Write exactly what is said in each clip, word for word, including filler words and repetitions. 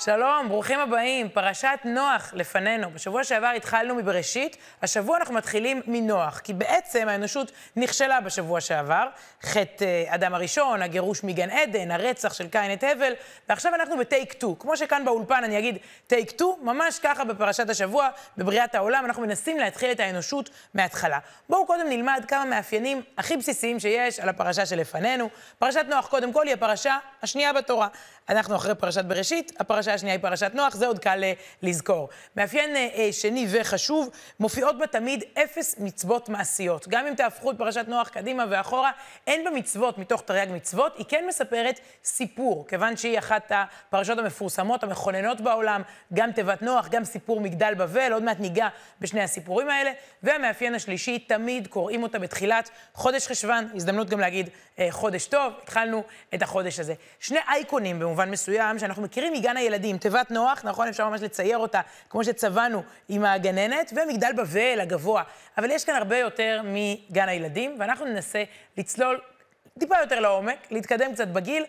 שלום, ברוכים הבאים. פרשת נוח לפנינו. בשבוע שעבר התחלנו מבראשית, השבוע אנחנו מתחילים מנוח, כי בעצם האנושות נכשלה בשבוע שעבר. חטא אדם הראשון, הגירוש מגן עדן, הרצח של קין את הבל, ועכשיו אנחנו בטייק טו. כמו שכאן באולפן אני אגיד טייק טו, ממש ככה בפרשת השבוע, בבריאת העולם, אנחנו מנסים להתחיל את האנושות מההתחלה. בואו קודם נלמד כמה מאפיינים הכי בסיסיים שיש על הפרשה שלפנינו. פרשת נוח קודם כל היא הפרשה השנייה בתורה. אנחנו אחרי פרשת בראשית, הפרשה השנייה היא פרשת נוח, זה עוד קל לזכור. מאפיין אה, שני וחשוב, מופיעות בה תמיד אפס מצוות מעשיות. גם אם תהפכו את פרשת נוח קדימה ואחורה, אין בה מצוות מתוך תרי"ג מצוות, היא כן מספרת סיפור, כיוון שהיא אחת הפרשות המפורסמות, המכוננות בעולם, גם תיבת נוח, גם סיפור מגדל בבל, עוד מעט ניגע בשני הסיפורים האלה, והמאפיין השלישי, תמיד קוראים אותה בתחילת חודש חשוון, הזדמנות גם להגיד אה, חודש טוב, התחלנו את החודש הזה. שני אייקונים במובן מסוים שאנחנו מכירים מגן הילדים, תיבת נוח, נכון, אפשר ממש לצייר אותה כמו שצבענו עם הגננת, ומגדל בבל הגבוה, אבל יש כאן הרבה יותר מגן הילדים, ואנחנו ננסה לצלול טיפה יותר לעומק, להתקדם קצת בגיל,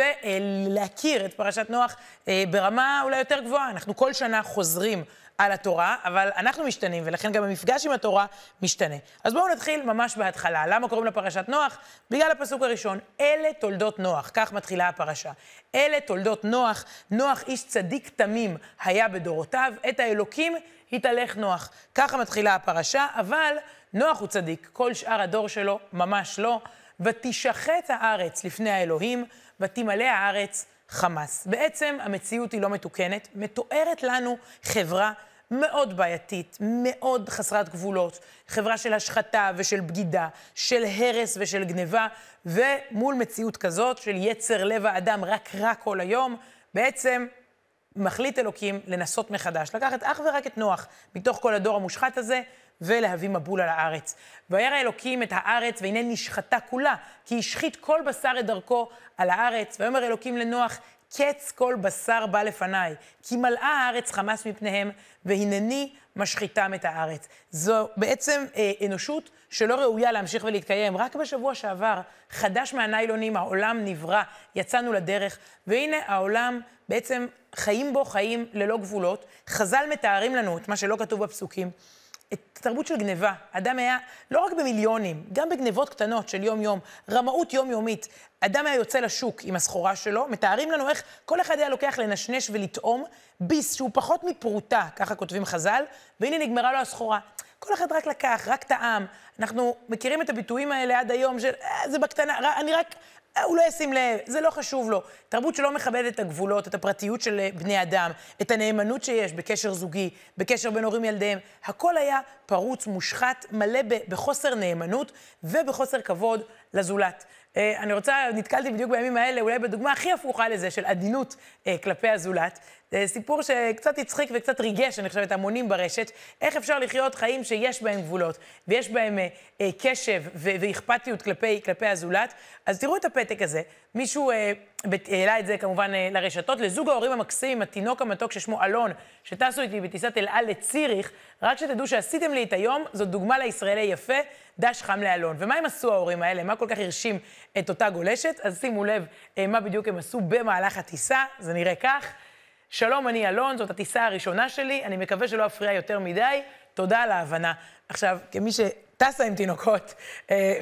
ולהכיר את פרשת נוח ברמה אולי יותר גבוהה. אנחנו כל שנה חוזרים על התורה, אבל אנחנו משתנים, ולכן גם המפגש עם התורה משתנה. אז בואו נתחיל ממש בהתחלה. למה קוראים לפרשת נוח? בגלל הפסוק הראשון, אלה תולדות נוח, כך מתחילה הפרשה. אלה תולדות נוח, נוח איש צדיק תמים היה בדורותיו, את האלוקים התהלך נוח. ככה מתחילה הפרשה, אבל נוח הוא צדיק, כל שאר הדור שלו ממש לא. ותשחט הארץ לפני האלוהים, ותמלא הארץ חמס. בעצם המציאות היא לא מתוקנת, מתוארת לנו חברה מאוד בעייתית, מאוד חסרת גבולות, חברה של השחתה ושל בגידה, של הרס ושל גניבה, ומול מציאות כזאת של יצר לב האדם רק רע כל היום, בעצם מחליט אלוקים לנסות מחדש, לקחת אך ורק את נוח מתוך כל הדור המושחת הזה, ולהביא מבול על הארץ. וירא אלוקים את הארץ, והנה נשחטה כולה, כי השחית כל בשר את דרכו על הארץ. ויאמר אלוקים לנוח, קץ כל בשר בא לפניי, כי מלאה הארץ חמס מפניהם, והנני משחיתם את הארץ. זו בעצם אה, אנושות שלא ראויה להמשיך ולהתקיים. רק בשבוע שעבר, חדש מהניילונים, העולם נברא, יצאנו לדרך, והנה העולם בעצם חיים בו חיים ללא גבולות. חז"ל מתארים לנו את מה שלא כתוב בפסוקים, את תרבות של גניבה. אדם היה לא רק במיליונים, גם בגניבות קטנות של יום-יום, רמאות יומיומית. אדם היה יוצא לשוק עם הסחורה שלו, מתארים לנו איך כל אחד היה לוקח לנשנש ולטעום ביס שהוא פחות מפרוטה, ככה כותבים חז"ל, והנה נגמרה לו הסחורה. כל אחד רק לקח, רק טעם. אנחנו מכירים את הביטויים האלה עד היום, של, אה, זה בקטנה, אני רק, אה, הוא לא ישים לב, זה לא חשוב לו. תרבות שלא מכבדת את הגבולות, את הפרטיות של בני אדם, את הנאמנות שיש בקשר זוגי, בקשר בין הורים ילדיהם. הכל היה פרוץ, מושחת, מלא בחוסר נאמנות ובחוסר כבוד לזולת. אני רוצה, נתקלתי בדיוק בימים האלה, אולי בדוגמה הכי הפוכה לזה, של עדינות כלפי הזולת. זה סיפור שקצת הצחיק וקצת ריגש, אני חושבת, המונים ברשת, איך אפשר לחיות חיים שיש בהם גבולות, ויש בהם אה, קשב ו- ואכפתיות כלפי, כלפי הזולת. אז תראו את הפתק הזה, מישהו אה, העלה את זה כמובן אה, לרשתות, לזוג ההורים המקסים, התינוק המתוק ששמו אלון, שטסו איתי בטיסת אל על לציריך, רק שתדעו שעשיתם לי את היום, זאת דוגמה לישראלי יפה, דש חם לאלון. ומה הם עשו ההורים האלה? מה כל כך הרשים את אותה גולשת? אז שימו לב אה, מה בדיוק הם עשו במהלך הטיסה, זה נראה כך. שלום, אני אלון, זאת הטיסה הראשונה שלי, אני מקווה שלא אפריע יותר מדי, תודה על ההבנה. עכשיו, כמי שטסה עם תינוקות אה,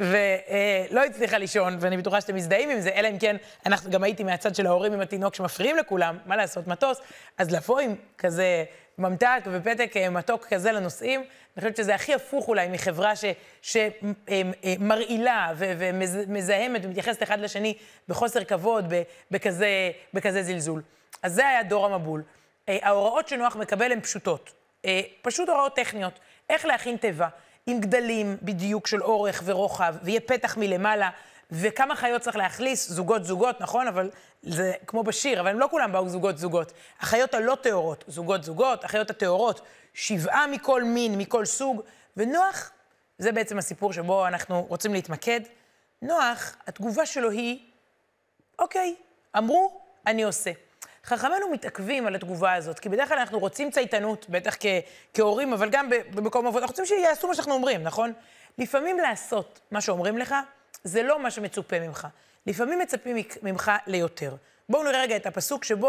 ולא הצליחה לישון, ואני בטוחה שאתם מזדהים עם זה, אלא אם כן, אנחנו גם הייתי מהצד של ההורים עם התינוק שמפריעים לכולם, מה לעשות, מטוס, אז לבוא עם כזה ממתק ופתק מתוק כזה לנוסעים, אני חושבת שזה הכי הפוך אולי מחברה שמרעילה ומזהמת ומתייחסת אחד לשני בחוסר כבוד, בכזה, בכזה זלזול. אז זה היה דור המבול. ההוראות שנוח מקבל הן פשוטות. פשוט הוראות טכניות. איך להכין תיבה עם גדלים בדיוק של אורך ורוחב, ויהיה פתח מלמעלה, וכמה חיות צריך להכניס, זוגות זוגות, נכון? אבל זה כמו בשיר, אבל הם לא כולם באו זוגות זוגות. החיות הלא תאורות, זוגות זוגות, החיות התאורות, שבעה מכל מין, מכל סוג, ונוח, זה בעצם הסיפור שבו אנחנו רוצים להתמקד. נוח, התגובה שלו היא, אוקיי, אמרו, אני עושה. חכמינו מתעכבים על התגובה הזאת, כי בדרך כלל אנחנו רוצים צייתנות, בטח כ- כהורים, אבל גם במקום עבודה, אנחנו רוצים שיעשו מה שאנחנו אומרים, נכון? לפעמים לעשות מה שאומרים לך, זה לא מה שמצופה ממך. לפעמים מצפים ממך ליותר. בואו נראה רגע את הפסוק שבו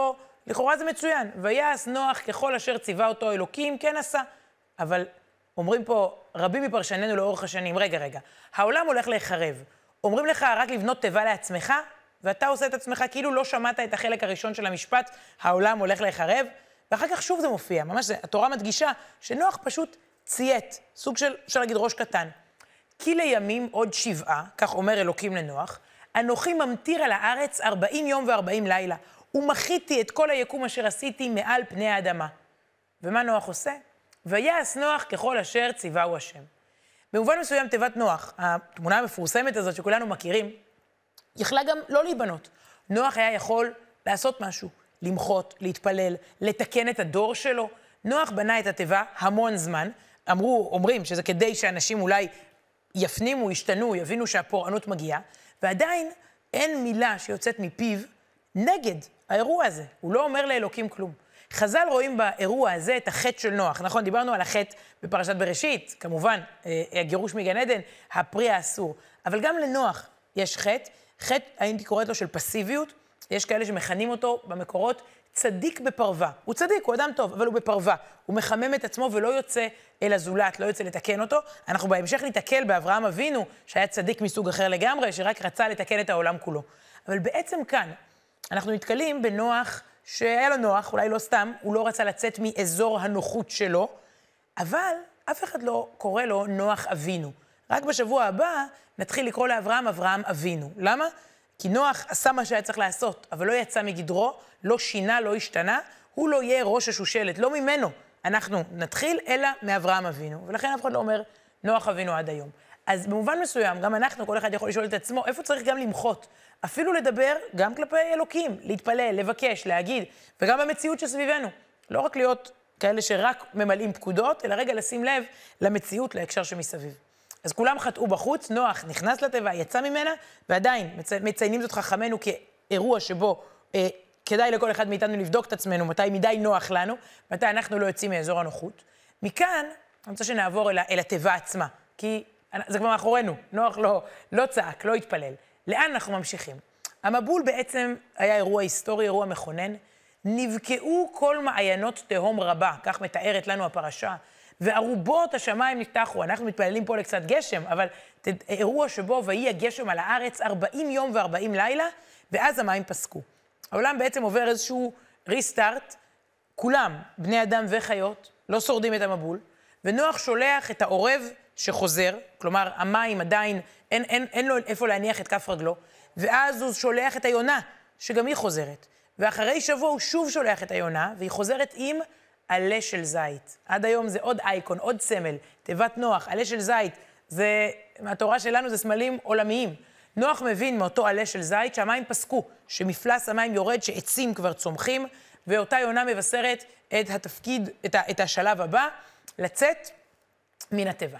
לכאורה זה מצוין. ויעש נוח ככל אשר ציווה אותו אלוקים, כן עשה. אבל אומרים פה רבים מפרשנינו לאורך השנים, רגע, רגע, העולם הולך להיחרב. אומרים לך רק לבנות תיבה לעצמך, ואתה עושה את עצמך כאילו לא שמעת את החלק הראשון של המשפט, העולם הולך להיחרב, ואחר כך שוב זה מופיע. ממש זה, התורה מדגישה שנוח פשוט ציית, סוג של, אפשר להגיד, ראש קטן. כי לימים עוד שבעה, כך אומר אלוקים לנוח, אנוכי ממטיר על הארץ ארבעים יום וארבעים לילה, ומחיתי את כל היקום אשר עשיתי מעל פני האדמה. ומה נוח עושה? ויעש נוח ככל אשר ציווהו השם. במובן מסוים תיבת נוח, התמונה המפורסמת הזאת שכולנו מכירים, יכלה גם לא להיבנות. נוח היה יכול לעשות משהו, למחות, להתפלל, לתקן את הדור שלו. נוח בנה את התיבה המון זמן, אמרו, אומרים שזה כדי שאנשים אולי יפנימו, ישתנו, יבינו שהפורענות מגיעה, ועדיין אין מילה שיוצאת מפיו נגד האירוע הזה. הוא לא אומר לאלוקים כלום. חז"ל רואים באירוע הזה את החטא של נוח. נכון, דיברנו על החטא בפרשת בראשית, כמובן, הגירוש מגן עדן, הפרי האסור. אבל גם לנוח יש חטא, חטא, הייתי קוראת לו של פסיביות, יש כאלה שמכנים אותו במקורות צדיק בפרווה. הוא צדיק, הוא אדם טוב, אבל הוא בפרווה. הוא מחמם את עצמו ולא יוצא אל הזולת, לא יוצא לתקן אותו. אנחנו בהמשך ניתקל באברהם אבינו, שהיה צדיק מסוג אחר לגמרי, שרק רצה לתקן את העולם כולו. אבל בעצם כאן, אנחנו נתקלים בנוח, שהיה לו נוח, אולי לא סתם, הוא לא רצה לצאת מאזור הנוחות שלו, אבל אף אחד לא קורא לו נוח אבינו. רק בשבוע הבא נתחיל לקרוא לאברהם אברהם אבינו. למה? כי נוח עשה מה שהיה צריך לעשות, אבל לא יצא מגדרו, לא שינה, לא השתנה, הוא לא יהיה ראש השושלת, לא ממנו. אנחנו נתחיל, אלא מאברהם אבינו. ולכן אף אחד לא אומר נוח אבינו עד היום. אז במובן מסוים, גם אנחנו, כל אחד יכול לשאול את עצמו, איפה צריך גם למחות? אפילו לדבר גם כלפי אלוקים, להתפלל, לבקש, להגיד, וגם במציאות שסביבנו. לא רק להיות כאלה שרק ממלאים פקודות, אלא רגע לשים לב למציאות, להקשר שמסביב. אז כולם חטאו בחוץ, נוח נכנס לתיבה, יצא ממנה, ועדיין מציינים זאת חכמנו כאירוע שבו אה, כדאי לכל אחד מאיתנו לבדוק את עצמנו, מתי מדי נוח לנו, מתי אנחנו לא יוצאים מאזור הנוחות. מכאן, אני רוצה שנעבור אל, אל התיבה עצמה, כי זה כבר מאחורינו, נוח לא, לא צעק, לא התפלל. לאן אנחנו ממשיכים? המבול בעצם היה אירוע היסטורי, אירוע מכונן, נבקעו כל מעיינות תהום רבה, כך מתארת לנו הפרשה, וערובות השמיים נפתחו. אנחנו מתפללים פה לקצת גשם, אבל אירוע שבו ויהי הגשם על הארץ ארבעים יום וארבעים לילה, ואז המים פסקו. העולם בעצם עובר איזשהו ריסטארט, כולם, בני אדם וחיות, לא שורדים את המבול, ונוח שולח את העורב שחוזר, כלומר המים עדיין, אין, אין, אין לו איפה להניח את כף רגלו, ואז הוא שולח את היונה, שגם היא חוזרת. ואחרי שבוע הוא שוב שולח את היונה, והיא חוזרת עם עלה של זית. עד היום זה עוד אייקון, עוד סמל, תיבת נוח, עלה של זית. זה, מהתורה שלנו זה סמלים עולמיים. נוח מבין מאותו עלה של זית שהמים פסקו, שמפלס המים יורד, שעצים כבר צומחים, ואותה יונה מבשרת את התפקיד, את, ה, את השלב הבא, לצאת מן התיבה.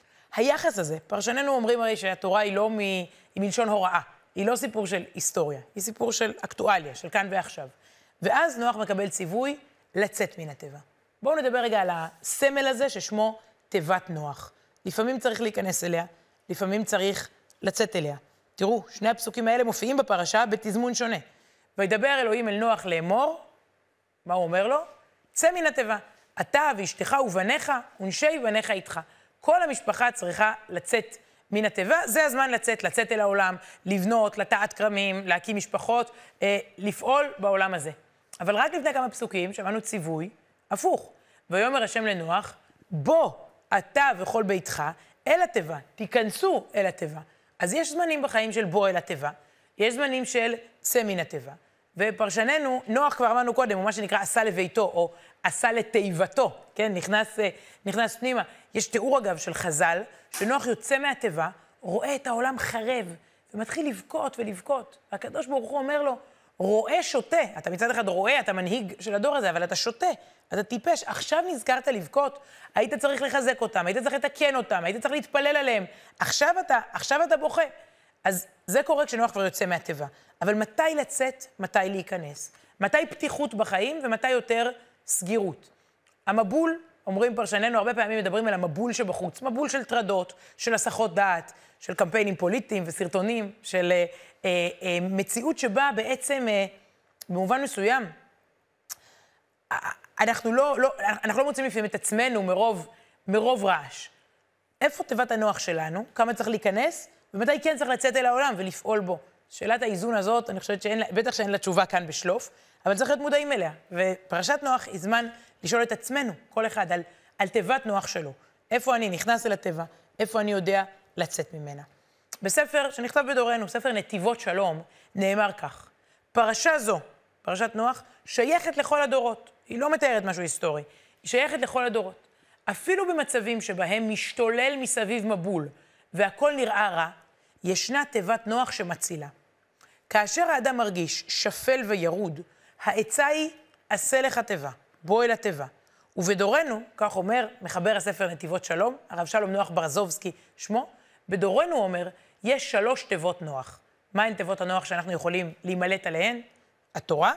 היחס הזה, פרשנינו אומרים הרי שהתורה היא לא מ, היא מלשון הוראה, היא לא סיפור של היסטוריה, היא סיפור של אקטואליה, של כאן ועכשיו. ואז נוח מקבל ציווי לצאת מן התיבה. בואו נדבר רגע על הסמל הזה ששמו תיבת נוח. לפעמים צריך להיכנס אליה, לפעמים צריך לצאת אליה. תראו, שני הפסוקים האלה מופיעים בפרשה בתזמון שונה. וידבר אלוהים אל נוח לאמור, מה הוא אומר לו? צא מן התיבה. אתה ואשתך ובניך, ונשי בניך איתך. כל המשפחה צריכה לצאת מן התיבה, זה הזמן לצאת, לצאת אל העולם, לבנות, לטעת כרמים, להקים משפחות, אה, לפעול בעולם הזה. אבל רק לפני כמה פסוקים שמענו ציווי, הפוך. ויאמר השם לנוח, בוא אתה וכל ביתך אל התיבה, תיכנסו אל התיבה. אז יש זמנים בחיים של בוא אל התיבה, יש זמנים של צא מן התיבה. ופרשננו, נוח כבר אמרנו קודם, הוא מה שנקרא עשה לביתו, או עשה לתיבתו, כן? נכנס, נכנס פנימה. יש תיאור אגב של חז"ל, שנוח יוצא מהתיבה, רואה את העולם חרב, ומתחיל לבכות ולבכות. והקדוש ברוך הוא אומר לו, רואה שותה, אתה מצד אחד רואה, אתה מנהיג של הדור הזה, אבל אתה שותה, אתה טיפש, עכשיו נזכרת לבכות, היית צריך לחזק אותם, היית צריך לתקן אותם, היית צריך להתפלל עליהם, עכשיו אתה, עכשיו אתה בוכה. אז זה קורה כשנוח כבר יוצא מהתיבה. אבל מתי לצאת, מתי להיכנס? מתי פתיחות בחיים ומתי יותר סגירות? המבול, אומרים פרשנינו, הרבה פעמים מדברים על המבול שבחוץ, מבול של טרדות, של הסחות דעת, של קמפיינים פוליטיים וסרטונים, של אה, אה, מציאות שבה בעצם, אה, במובן מסוים, אנחנו לא, לא, אנחנו לא מוצאים לפעמים את עצמנו מרוב, מרוב רעש. איפה תיבת הנוח שלנו? כמה צריך להיכנס? ומתי כן צריך לצאת אל העולם ולפעול בו? שאלת האיזון הזאת, אני חושבת שאין לה, בטח שאין לה תשובה כאן בשלוף, אבל צריך להיות מודעים אליה. ופרשת נוח היא זמן לשאול את עצמנו, כל אחד, על, על תיבת נוח שלו. איפה אני נכנס אל התיבה? איפה אני יודע לצאת ממנה? בספר שנכתב בדורנו, ספר נתיבות שלום, נאמר כך: פרשה זו, פרשת נוח, שייכת לכל הדורות. היא לא מתארת משהו היסטורי, היא שייכת לכל הדורות. אפילו במצבים שבהם משתולל מסביב מבול והכל נראה רע, ישנה תיבת נוח שמצילה. כאשר האדם מרגיש שפל וירוד, העצה היא עשה לך תיבה, בוא אל התיבה. ובדורנו, כך אומר מחבר הספר נתיבות שלום, הרב שלום נוח ברזובסקי שמו, בדורנו הוא אומר, יש שלוש תיבות נוח. מהן תיבות הנוח שאנחנו יכולים להימלט עליהן? התורה,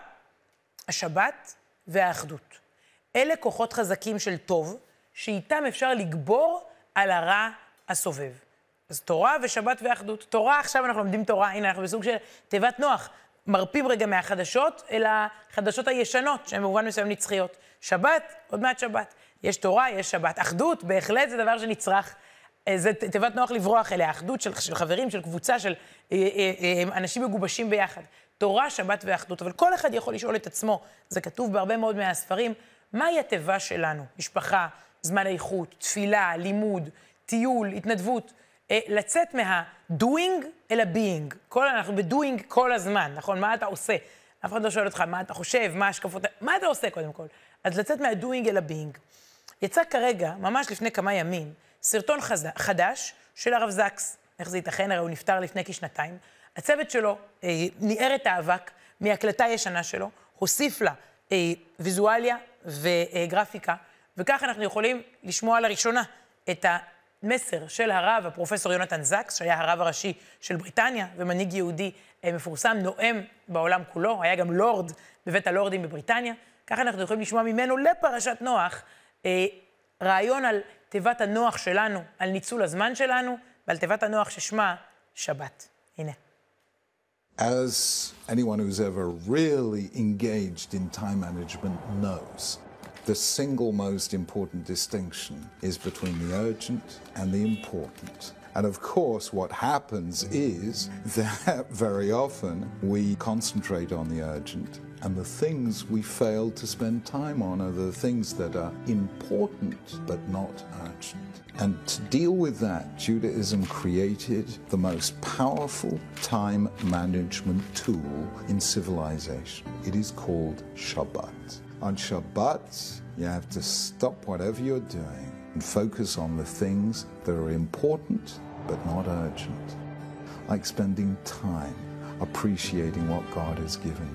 השבת והאחדות. אלה כוחות חזקים של טוב, שאיתם אפשר לגבור על הרע הסובב. אז תורה ושבת ואחדות. תורה, עכשיו אנחנו לומדים תורה, הנה אנחנו בסוג של תיבת נוח. מרפים רגע מהחדשות, אלא החדשות הישנות, שהן במובן מסוים נצחיות. שבת, עוד מעט שבת. יש תורה, יש שבת. אחדות, בהחלט זה דבר שנצרך. זה תיבת נוח לברוח אליה. אחדות של, של חברים, של קבוצה, של אה, אה, אה, אנשים מגובשים ביחד. תורה, שבת ואחדות. אבל כל אחד יכול לשאול את עצמו, זה כתוב בהרבה מאוד מהספרים, מהי התיבה שלנו? משפחה, זמן איכות, תפילה, לימוד, טיול, התנדבות. אה, לצאת מה-doing אל ה-being. כל, אנחנו ב-doing כל הזמן, נכון? מה אתה עושה? אף אחד לא שואל אותך מה אתה חושב, מה השקפות, מה אתה עושה קודם כל? אז לצאת מה-doing אל ה-being. יצא כרגע, ממש לפני כמה ימים, סרטון חדש של הרב זקס. איך זה ייתכן? הרי הוא נפטר לפני כשנתיים. הצוות שלו אה, ניער את האבק מהקלטה ישנה שלו, הוסיף לה אה, ויזואליה וגרפיקה, וכך אנחנו יכולים לשמוע לראשונה את המסר של הרב, הפרופסור יונתן זקס, שהיה הרב הראשי של בריטניה, ומנהיג יהודי אה, מפורסם, נואם בעולם כולו, היה גם לורד בבית הלורדים בבריטניה. ככה אנחנו יכולים לשמוע ממנו לפרשת נוח, אה, רעיון על תיבת הנוח שלנו, על ניצול הזמן שלנו, ועל תיבת הנוח ששמה שבת. הנה. As anyone who's ever really engaged in time management knows, the single most important distinction is between the urgent and the important. And of course, what happens is that very often we concentrate on the urgent, and the things we fail to spend time on are the things that are important but not urgent. And to deal with that, Judaism created the most powerful time management tool in civilization. It is called Shabbat. On Shabbat, you have to stop whatever you're doing and focus on the things that are important but not urgent. Like spending time appreciating what God has given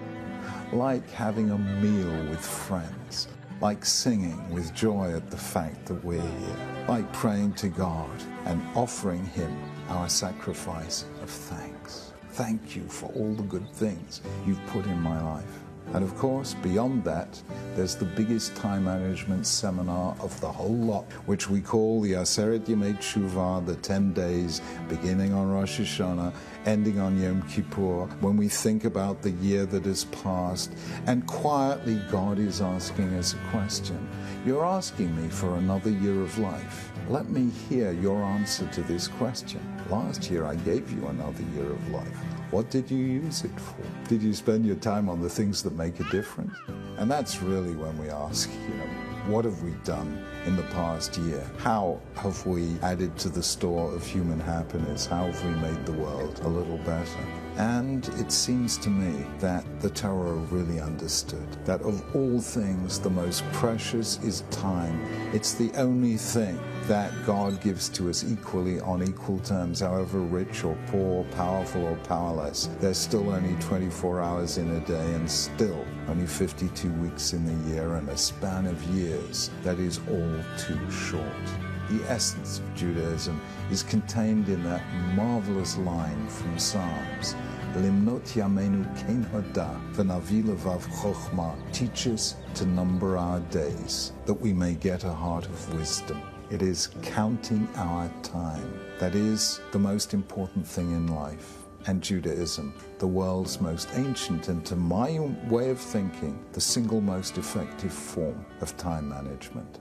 you. Like having a meal with friends. Like singing with joy at the fact that we're here. Like praying to God and offering Him our sacrifice of thanks. Thank you for all the good things you've put in my life. And of course, beyond that, there's the biggest time management seminar of the whole lot, which we call the Aseret Yemei Teshuvah, the ten days, beginning on Rosh Hashanah, ending on Yom Kippur, when we think about the year that has passed, and quietly God is asking us a question. You're asking me for another year of life. Let me hear your answer to this question. Last year I gave you another year of life. What did you use it for? Did you spend your time on the things that make a difference? And that's really when we ask, you know, what have we done in the past year? How have we added to the store of human happiness? How have we made the world a little better? And it seems to me that the Torah really understood that of all things, the most precious is time. It's the only thing that God gives to us equally on equal terms, however rich or poor, powerful or powerless. There's still only twenty-four hours in a day and still only fifty-two weeks in the year, and a span of years that is all too short. The essence of Judaism is contained in that marvelous line from Psalms. Limnot Yameinu Kein Hoda V'Navi Levav Chochma. Teach us to number our days, that we may get a heart of wisdom. It is counting our time. That is the most important thing in life. and Judaism, the world's most ancient and, to my way of thinking, the single most effective form of time management.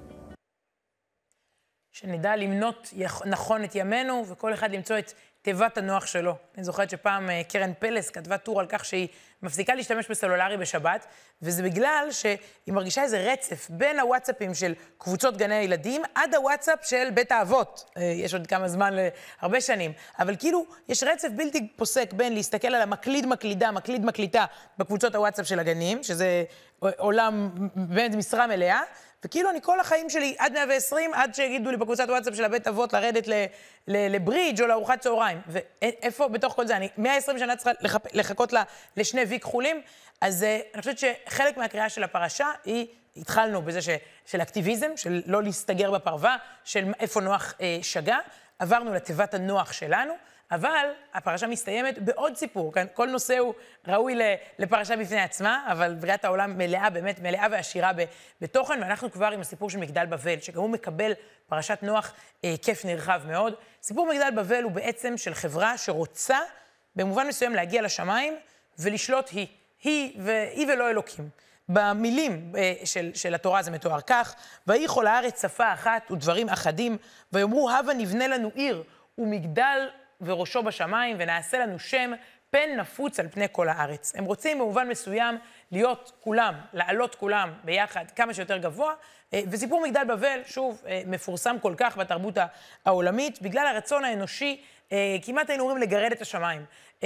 שנדע למנות נכון את ימינו, וכל אחד למצוא את תיבת הנוח שלו. אני זוכרת שפעם קרן פלס כתבה טור על כך שהיא מפסיקה להשתמש בסלולרי בשבת, וזה בגלל שהיא מרגישה איזה רצף בין הוואטסאפים של קבוצות גני הילדים עד הוואטסאפ של בית האבות. יש עוד כמה זמן, הרבה שנים. אבל כאילו, יש רצף בלתי פוסק בין להסתכל על המקליד מקלידה, מקליד מקליטה בקבוצות הוואטסאפ של הגנים, שזה עולם, באמת משרה מלאה, וכאילו אני כל החיים שלי עד מאה ועשרים, עד שהגידו לי בקבוצת וואטסאפ של הבית אבות לרדת לברידג' או לארוחת צהריים. ואיפה בתוך כל זה? אני מאה ועשרים שנה צריכה לחכות לשני וי כחולים, אז אני חושבת שחלק מהקריאה של הפרשה היא, התחלנו בזה ש, של אקטיביזם, של לא להסתגר בפרווה, של איפה נוח אה, שגה, עברנו לתיבת הנוח שלנו, אבל הפרשה מסתיימת בעוד סיפור, כאן כל נושא הוא ראוי לפרשה בפני עצמה, אבל בריאת העולם מלאה, באמת מלאה ועשירה בתוכן, ואנחנו כבר עם הסיפור של מגדל בבל, שגם הוא מקבל פרשת נוח אה, כיף נרחב מאוד. סיפור מגדל בבל הוא בעצם של חברה שרוצה במובן מסוים להגיע לשמיים ולשלוט היא, היא, והיא ולא אלוקים. במילים אה, של, של התורה זה מתואר כך, ויהי כל הארץ שפה אחת ודברים אחדים, ויאמרו הבה נבנה לנו עיר ומגדל וראשו בשמיים, ונעשה לנו שם, פן נפוץ על פני כל הארץ. הם רוצים במובן מסוים להיות כולם, לעלות כולם ביחד כמה שיותר גבוה, וסיפור מגדל בבל, שוב, מפורסם כל כך בתרבות העולמית, בגלל הרצון האנושי, כמעט היינו אומרים לגרד את השמיים.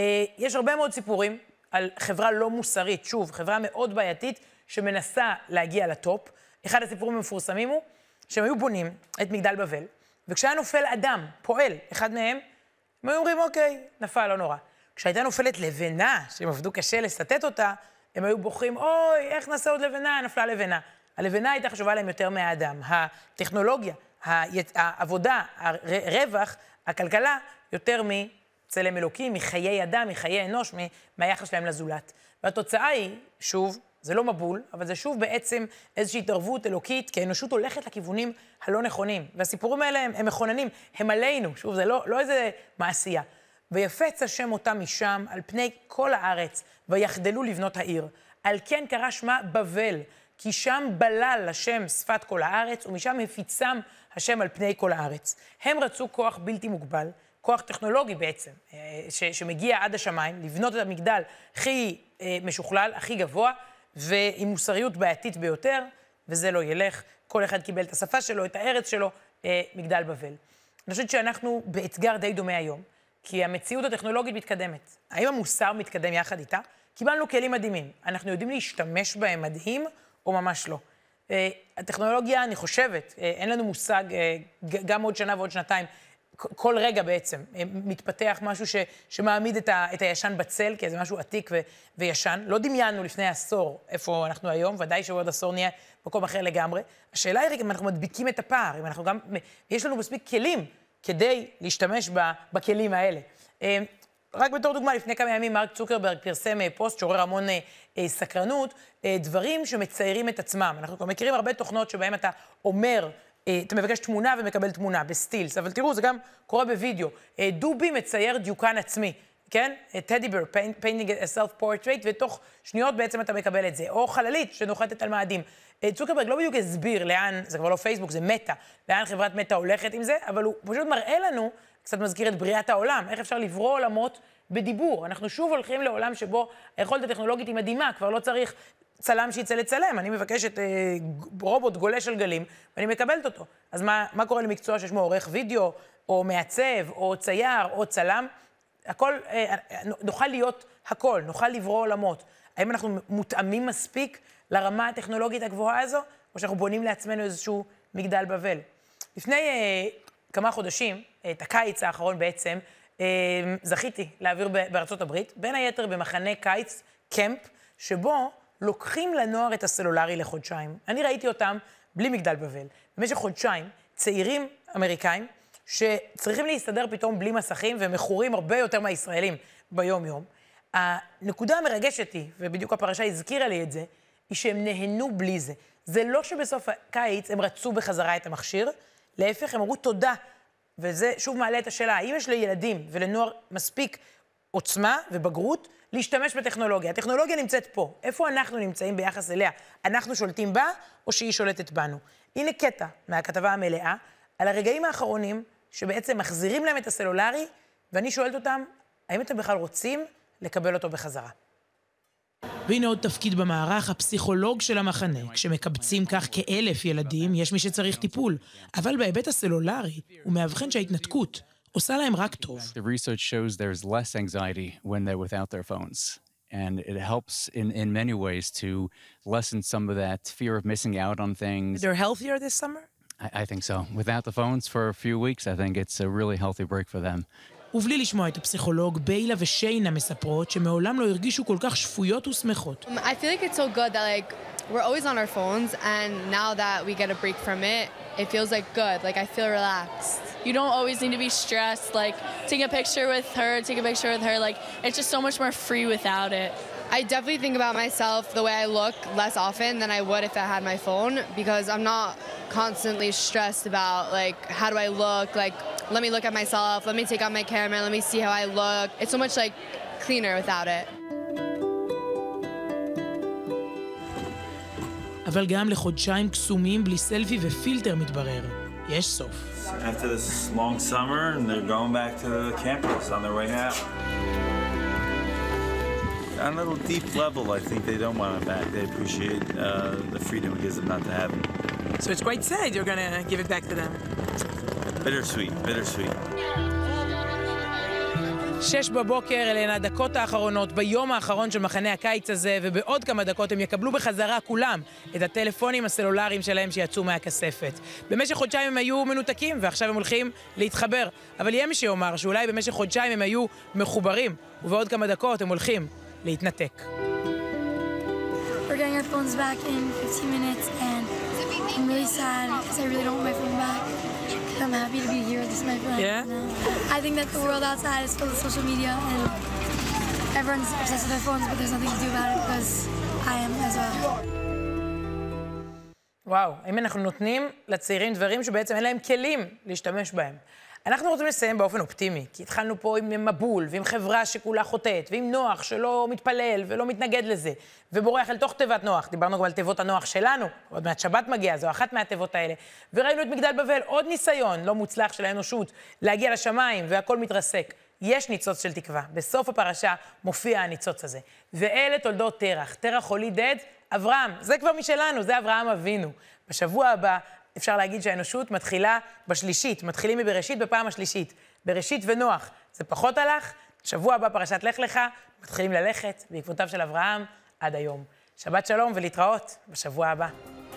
יש הרבה מאוד סיפורים על חברה לא מוסרית, שוב, חברה מאוד בעייתית, שמנסה להגיע לטופ. אחד הסיפורים המפורסמים הוא, שהם היו בונים את מגדל בבל, וכשהיה נופל אדם, פועל, אחד מהם, הם היו אומרים, אוקיי, נפל, לא נורא. כשהייתה נופלת לבנה, שהם עבדו קשה לסטט אותה, הם היו בוכים, אוי, איך נעשה עוד לבנה? נפלה לבנה. הלבנה הייתה חשובה להם יותר מהאדם. הטכנולוגיה, העבודה, הרווח, הכלכלה, יותר מצלם אלוקים, מחיי אדם, מחיי אנוש, מהיחס שלהם לזולת. והתוצאה היא, שוב, זה לא מבול, אבל זה שוב בעצם איזושהי התערבות אלוקית, כי האנושות הולכת לכיוונים הלא נכונים. והסיפורים האלה הם, הם מכוננים, הם עלינו, שוב, זה לא, לא איזה מעשייה. ויפץ השם אותם משם על פני כל הארץ, ויחדלו לבנות העיר. על כן קרא שמה בבל, כי שם בלל השם שפת כל הארץ, ומשם הפיצם השם על פני כל הארץ. הם רצו כוח בלתי מוגבל, כוח טכנולוגי בעצם, ש, שמגיע עד השמיים, לבנות את המגדל הכי משוכלל, הכי גבוה, ועם מוסריות בעייתית ביותר, וזה לא ילך. כל אחד קיבל את השפה שלו, את הארץ שלו, מגדל בבל. אני חושבת שאנחנו באתגר די דומה היום, כי המציאות הטכנולוגית מתקדמת. האם המוסר מתקדם יחד איתה? קיבלנו כלים מדהימים. אנחנו יודעים להשתמש בהם מדהים, או ממש לא. הטכנולוגיה, אני חושבת, אין לנו מושג, גם עוד שנה ועוד שנתיים, כל רגע בעצם מתפתח משהו ש, שמעמיד את, ה, את הישן בצל, כי זה משהו עתיק ו, וישן. לא דמיינו לפני עשור איפה אנחנו היום, ודאי שעוד עשור נהיה מקום אחר לגמרי. השאלה היא אם אנחנו מדביקים את הפער, אם אנחנו גם, יש לנו מספיק כלים כדי להשתמש ב, בכלים האלה. רק בתור דוגמה, לפני כמה ימים מרק צוקרברג פרסם פוסט שעורר המון סקרנות, דברים שמציירים את עצמם. אנחנו כבר מכירים הרבה תוכנות שבהם אתה אומר, אתה מבקש תמונה ומקבל תמונה בסטילס, אבל תראו, זה גם קורה בווידאו. דובי מצייר דיוקן עצמי, כן? טדי בר, painting a self-portrait, ותוך שניות בעצם אתה מקבל את זה. או חללית שנוחתת על מאדים. צוקרברג לא בדיוק הסביר לאן, זה כבר לא פייסבוק, זה מטה, לאן חברת מטה הולכת עם זה, אבל הוא פשוט מראה לנו, קצת מזכיר את בריאת העולם, איך אפשר לברוא עולמות בדיבור. אנחנו שוב הולכים לעולם שבו היכולת הטכנולוגית היא מדהימה, כבר לא צריך צלם שיצא לצלם, אני מבקשת אה, רובוט גולש על גלים, ואני מקבלת אותו. אז מה, מה קורה למקצוע ששמו עורך וידאו, או מעצב, או צייר, או צלם? הכל, אה, נוכל להיות הכל, נוכל לברוא עולמות. האם אנחנו מותאמים מספיק לרמה הטכנולוגית הגבוהה הזו, או שאנחנו בונים לעצמנו איזשהו מגדל בבל? לפני אה, כמה חודשים, את הקיץ האחרון בעצם, אה, זכיתי להעביר בארצות הברית, בין היתר במחנה קיץ, קמפ, שבו לוקחים לנוער את הסלולרי לחודשיים. אני ראיתי אותם בלי מגדל בבל. במשך חודשיים, צעירים אמריקאים שצריכים להסתדר פתאום בלי מסכים ומכורים הרבה יותר מהישראלים ביום-יום. הנקודה המרגשת היא, ובדיוק הפרשה הזכירה לי את זה, היא שהם נהנו בלי זה. זה לא שבסוף הקיץ הם רצו בחזרה את המכשיר, להפך הם אמרו תודה. וזה שוב מעלה את השאלה, האם יש לילדים ולנוער מספיק עוצמה ובגרות להשתמש בטכנולוגיה. הטכנולוגיה נמצאת פה. איפה אנחנו נמצאים ביחס אליה? אנחנו שולטים בה או שהיא שולטת בנו? הנה קטע מהכתבה המלאה על הרגעים האחרונים שבעצם מחזירים להם את הסלולרי, ואני שואלת אותם, האם אתם בכלל רוצים לקבל אותו בחזרה? והנה עוד תפקיד במערך, הפסיכולוג של המחנה. כשמקבצים כך כאלף ילדים, יש מי שצריך טיפול. אבל בהיבט הסלולרי, הוא מאבחן שההתנתקות עושה להם רק טוב. The research shows there's less anxiety when they're without their phones. And it helps in, in many ways to lessen some of that fear of missing out on things. They're healthier this summer? I, I think so. Without the phones for a few weeks, I think it's a really healthy break for them. ובלי לשמוע את הפסיכולוג, ביילה ושיינה מספרות שמעולם לא הרגישו כל כך שפויות ושמחות. I feel like it's so good that like we're always on our phones and now that we get a break from it, it feels like good. Like I feel relaxed. You don't always need to be stressed. Like take a picture with her, take a picture with her. Like it's just so much more free without it. I definitely think about myself the way I look less often than I would if I had my phone because I'm not constantly stressed about like how do I look, like let me look at myself, let me take out my camera, let me see how I look. It's so much like cleaner without it. אבל גם לחודשיים קסומים בלי סלפי ופילטר מתברר. יש סוף. After this long summer and they're going back to the campus on their way out. On a little deep level, I think they don't want it back. They appreciate uh, the freedom it gives them not to have it. So it's quite sad you're gonna give it back to them. Bittersweet, bittersweet. שש בבוקר אלה הן הדקות האחרונות ביום האחרון של מחנה הקיץ הזה, ובעוד כמה דקות הם יקבלו בחזרה כולם את הטלפונים הסלולריים שלהם שיצאו מהכספת. במשך חודשיים הם היו מנותקים, ועכשיו הם הולכים להתחבר. אבל יהיה מי שיאמר שאולי במשך חודשיים הם היו מחוברים, ובעוד כמה דקות הם הולכים להתנתק. We're getting our phones back in fifteen minutes, and I'm really sad because I really don't want my phone back. I'm happy to be here with this my friend. Yeah? I think that the world outside is full of social media and everyone's obsessed with their phones, but there's nothing to do about it because I am as well. וואו, אם אנחנו נותנים לצעירים דברים שבעצם אין להם כלים להשתמש בהם. אנחנו רוצים לסיים באופן אופטימי, כי התחלנו פה עם מבול, ועם חברה שכולה חוטאת, ועם נוח שלא מתפלל ולא מתנגד לזה, ובורח אל תוך תיבת נוח. דיברנו גם על תיבות הנוח שלנו, עוד מעט שבת מגיע, זו אחת מהתיבות האלה. וראינו את מגדל בבל, עוד ניסיון לא מוצלח של האנושות להגיע לשמיים, והכל מתרסק. יש ניצוץ של תקווה. בסוף הפרשה מופיע הניצוץ הזה. ואלה תולדות תרח. תרח הוליד דד, אברהם. זה כבר משלנו, זה אברהם אבינו. בשבוע הבא אפשר להגיד שהאנושות מתחילה בשלישית, מתחילים מבראשית בפעם השלישית. בראשית ונוח. זה פחות הלך, שבוע הבא פרשת לך לך, מתחילים ללכת בעקבותיו של אברהם עד היום. שבת שלום ולהתראות בשבוע הבא.